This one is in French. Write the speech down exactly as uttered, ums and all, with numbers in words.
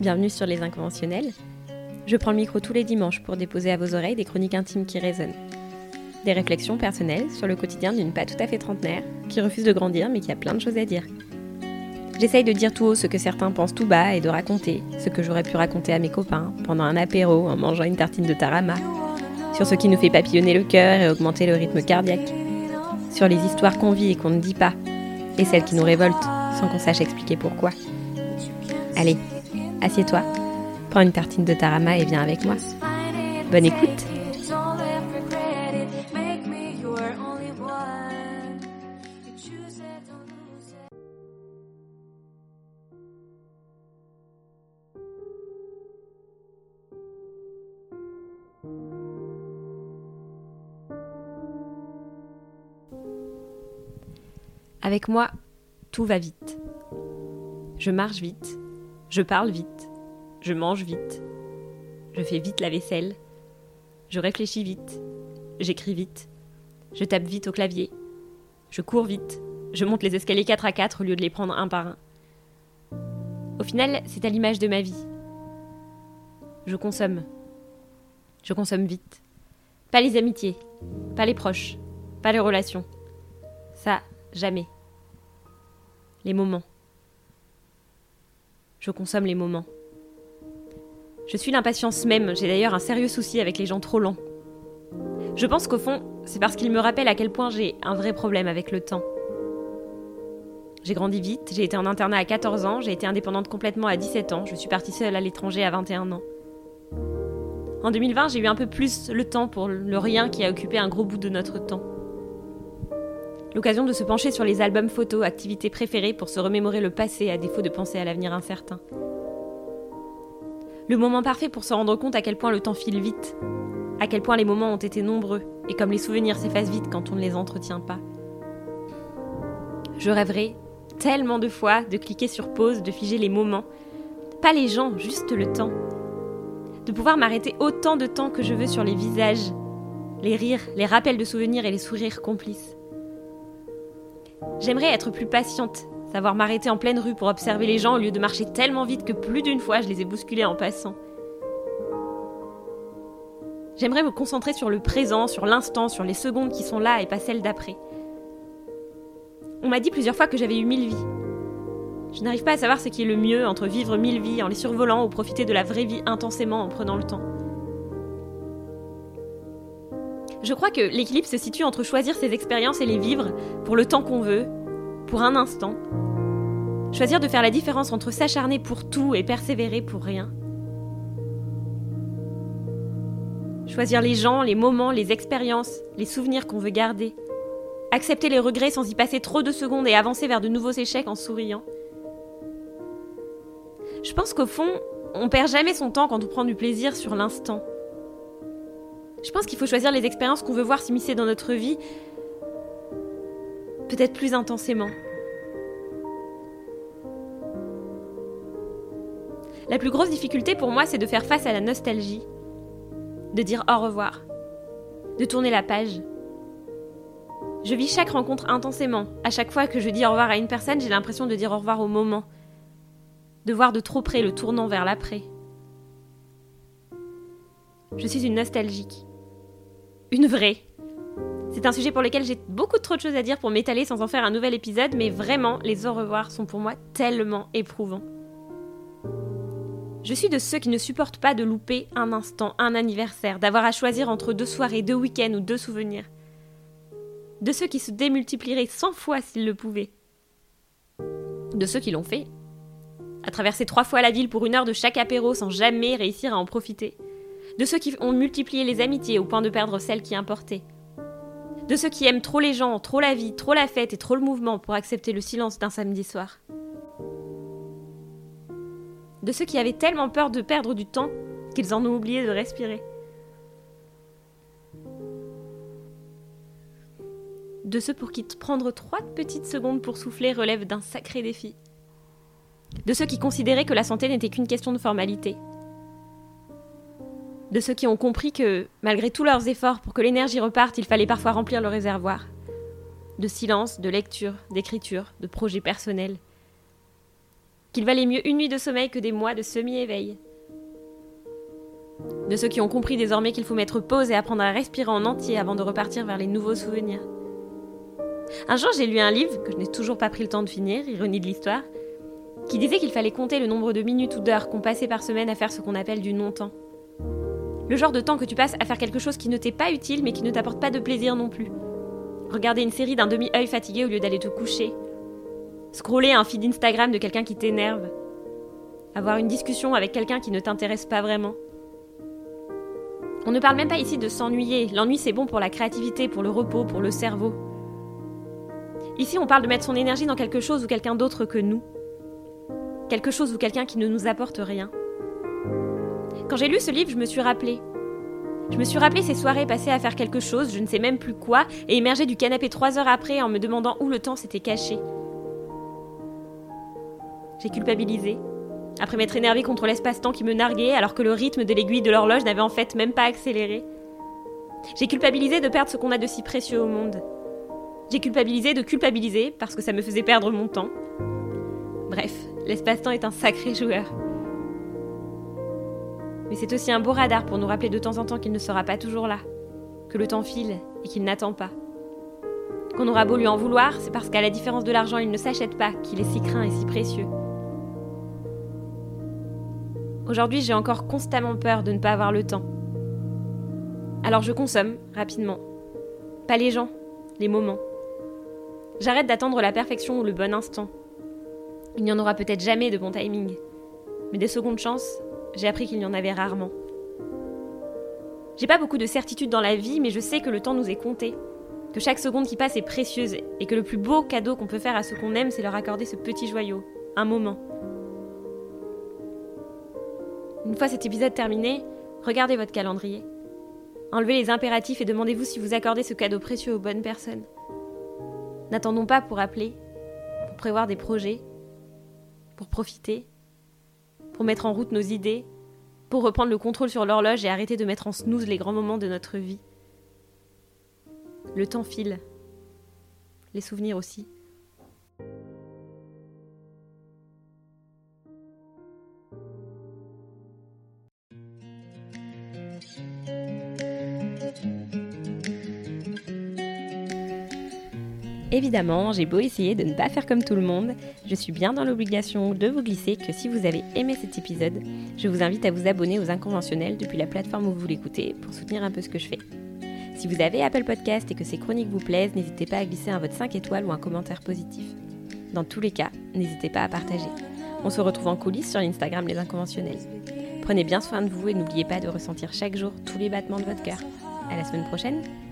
bienvenue sur Les Inconventionnels. Je prends le micro tous les dimanches pour déposer à vos oreilles des chroniques intimes qui résonnent. Des réflexions personnelles sur le quotidien d'une pas tout à fait trentenaire, qui refuse de grandir mais qui a plein de choses à dire. J'essaye de dire tout haut ce que certains pensent tout bas et de raconter ce que j'aurais pu raconter à mes copains pendant un apéro en mangeant une tartine de tarama, sur ce qui nous fait papillonner le cœur et augmenter le rythme cardiaque, sur les histoires qu'on vit et qu'on ne dit pas, et celles qui nous révoltent sans qu'on sache expliquer pourquoi. Allez, assieds-toi, prends une tartine de tarama et viens avec moi. Bonne écoute! Avec moi, tout va vite. Je marche vite, je parle vite, je mange vite, je fais vite la vaisselle, je réfléchis vite, j'écris vite, je tape vite au clavier, je cours vite, je monte les escaliers quatre à quatre au lieu de les prendre un par un. Au final, c'est à l'image de ma vie. Je consomme. Je consomme vite. Pas les amitiés, pas les proches, pas les relations. Ça, jamais. Les moments. Je consomme les moments. Je suis l'impatience même, j'ai d'ailleurs un sérieux souci avec les gens trop lents. Je pense qu'au fond, c'est parce qu'ils me rappellent à quel point j'ai un vrai problème avec le temps. J'ai grandi vite, j'ai été en internat à quatorze ans, j'ai été indépendante complètement à dix-sept ans, je suis partie seule à l'étranger à vingt et un ans. En deux mille vingt, j'ai eu un peu plus le temps pour le rien qui a occupé un gros bout de notre temps. L'occasion de se pencher sur les albums photos, activités préférées pour se remémorer le passé à défaut de penser à l'avenir incertain. Le moment parfait pour se rendre compte à quel point le temps file vite, à quel point les moments ont été nombreux et comme les souvenirs s'effacent vite quand on ne les entretient pas. Je rêverais tellement de fois de cliquer sur pause, de figer les moments, pas les gens, juste le temps. De pouvoir m'arrêter autant de temps que je veux sur les visages, les rires, les rappels de souvenirs et les sourires complices. J'aimerais être plus patiente, savoir m'arrêter en pleine rue pour observer les gens au lieu de marcher tellement vite que plus d'une fois je les ai bousculés en passant. J'aimerais me concentrer sur le présent, sur l'instant, sur les secondes qui sont là et pas celles d'après. On m'a dit plusieurs fois que j'avais eu mille vies. Je n'arrive pas à savoir ce qui est le mieux entre vivre mille vies en les survolant ou profiter de la vraie vie intensément en prenant le temps. Je crois que l'équilibre se situe entre choisir ses expériences et les vivre pour le temps qu'on veut, pour un instant. Choisir de faire la différence entre s'acharner pour tout et persévérer pour rien. Choisir les gens, les moments, les expériences, les souvenirs qu'on veut garder. Accepter les regrets sans y passer trop de secondes et avancer vers de nouveaux échecs en souriant. Je pense qu'au fond, on perd jamais son temps quand on prend du plaisir sur l'instant. Je pense qu'il faut choisir les expériences qu'on veut voir s'immiscer dans notre vie, peut-être plus intensément. La plus grosse difficulté pour moi, c'est de faire face à la nostalgie, de dire au revoir, de tourner la page. Je vis chaque rencontre intensément. À chaque fois que je dis au revoir à une personne, j'ai l'impression de dire au revoir au moment, de voir de trop près le tournant vers l'après. Je suis une nostalgique. Une vraie. C'est un sujet pour lequel j'ai beaucoup trop de choses à dire pour m'étaler sans en faire un nouvel épisode, mais vraiment, les au revoir sont pour moi tellement éprouvants. Je suis de ceux qui ne supportent pas de louper un instant, un anniversaire, d'avoir à choisir entre deux soirées, deux week-ends ou deux souvenirs. De ceux qui se démultiplieraient cent fois s'ils le pouvaient. De ceux qui l'ont fait. À traverser trois fois la ville pour une heure de chaque apéro sans jamais réussir à en profiter. De ceux qui ont multiplié les amitiés au point de perdre celles qui importaient. De ceux qui aiment trop les gens, trop la vie, trop la fête et trop le mouvement pour accepter le silence d'un samedi soir. De ceux qui avaient tellement peur de perdre du temps qu'ils en ont oublié de respirer. De ceux pour qui prendre trois petites secondes pour souffler relève d'un sacré défi. De ceux qui considéraient que la santé n'était qu'une question de formalité. De ceux qui ont compris que, malgré tous leurs efforts pour que l'énergie reparte, il fallait parfois remplir le réservoir. De silence, de lecture, d'écriture, de projets personnels. qu'il valait mieux une nuit de sommeil que des mois de semi-éveil. De ceux qui ont compris désormais qu'il faut mettre pause et apprendre à respirer en entier avant de repartir vers les nouveaux souvenirs. Un jour, j'ai lu un livre, que je n'ai toujours pas pris le temps de finir, ironie de l'histoire, qui disait qu'il fallait compter le nombre de minutes ou d'heures qu'on passait par semaine à faire ce qu'on appelle du non-temps. Le genre de temps que tu passes à faire quelque chose qui ne t'est pas utile mais qui ne t'apporte pas de plaisir non plus. Regarder une série d'un demi-œil fatigué au lieu d'aller te coucher. Scroller un feed Instagram de quelqu'un qui t'énerve. Avoir une discussion avec quelqu'un qui ne t'intéresse pas vraiment. On ne parle même pas ici de s'ennuyer. L'ennui, c'est bon pour la créativité, pour le repos, pour le cerveau. Ici, on parle de mettre son énergie dans quelque chose ou quelqu'un d'autre que nous. Quelque chose ou quelqu'un qui ne nous apporte rien. Quand j'ai lu ce livre, je me suis rappelé. Je me suis rappelé ces soirées passées à faire quelque chose, je ne sais même plus quoi, et émerger du canapé trois heures après en me demandant où le temps s'était caché. J'ai culpabilisé, après m'être énervée contre l'espace-temps qui me narguait alors que le rythme de l'aiguille de l'horloge n'avait en fait même pas accéléré. J'ai culpabilisé de perdre ce qu'on a de si précieux au monde. J'ai culpabilisé de culpabiliser parce que ça me faisait perdre mon temps. Bref, l'espace-temps est un sacré joueur. Mais c'est aussi un beau radar pour nous rappeler de temps en temps qu'il ne sera pas toujours là, que le temps file et qu'il n'attend pas. Qu'on aura beau lui en vouloir, c'est parce qu'à la différence de l'argent, il ne s'achète pas, qu'il est si craint et si précieux. Aujourd'hui, j'ai encore constamment peur de ne pas avoir le temps. Alors je consomme, rapidement. Pas les gens, les moments. J'arrête d'attendre la perfection ou le bon instant. Il n'y en aura peut-être jamais de bon timing. Mais des secondes chances, j'ai appris qu'il y en avait rarement. J'ai pas beaucoup de certitude dans la vie, mais je sais que le temps nous est compté. Que chaque seconde qui passe est précieuse et que le plus beau cadeau qu'on peut faire à ceux qu'on aime, c'est leur accorder ce petit joyau, un moment. Une fois cet épisode terminé, regardez votre calendrier. Enlevez les impératifs et demandez-vous si vous accordez ce cadeau précieux aux bonnes personnes. N'attendons pas pour appeler, pour prévoir des projets, pour profiter, pour mettre en route nos idées, pour reprendre le contrôle sur l'horloge et arrêter de mettre en snooze les grands moments de notre vie. Le temps file. Les souvenirs aussi. Évidemment, j'ai beau essayer de ne pas faire comme tout le monde, je suis bien dans l'obligation de vous glisser que si vous avez aimé cet épisode, je vous invite à vous abonner aux Inconventionnels depuis la plateforme où vous l'écoutez pour soutenir un peu ce que je fais. Si vous avez Apple Podcast et que ces chroniques vous plaisent, n'hésitez pas à glisser un vote cinq étoiles ou un commentaire positif. Dans tous les cas, n'hésitez pas à partager. On se retrouve en coulisses sur l'Instagram Les Inconventionnels. Prenez bien soin de vous et n'oubliez pas de ressentir chaque jour tous les battements de votre cœur. À la semaine prochaine!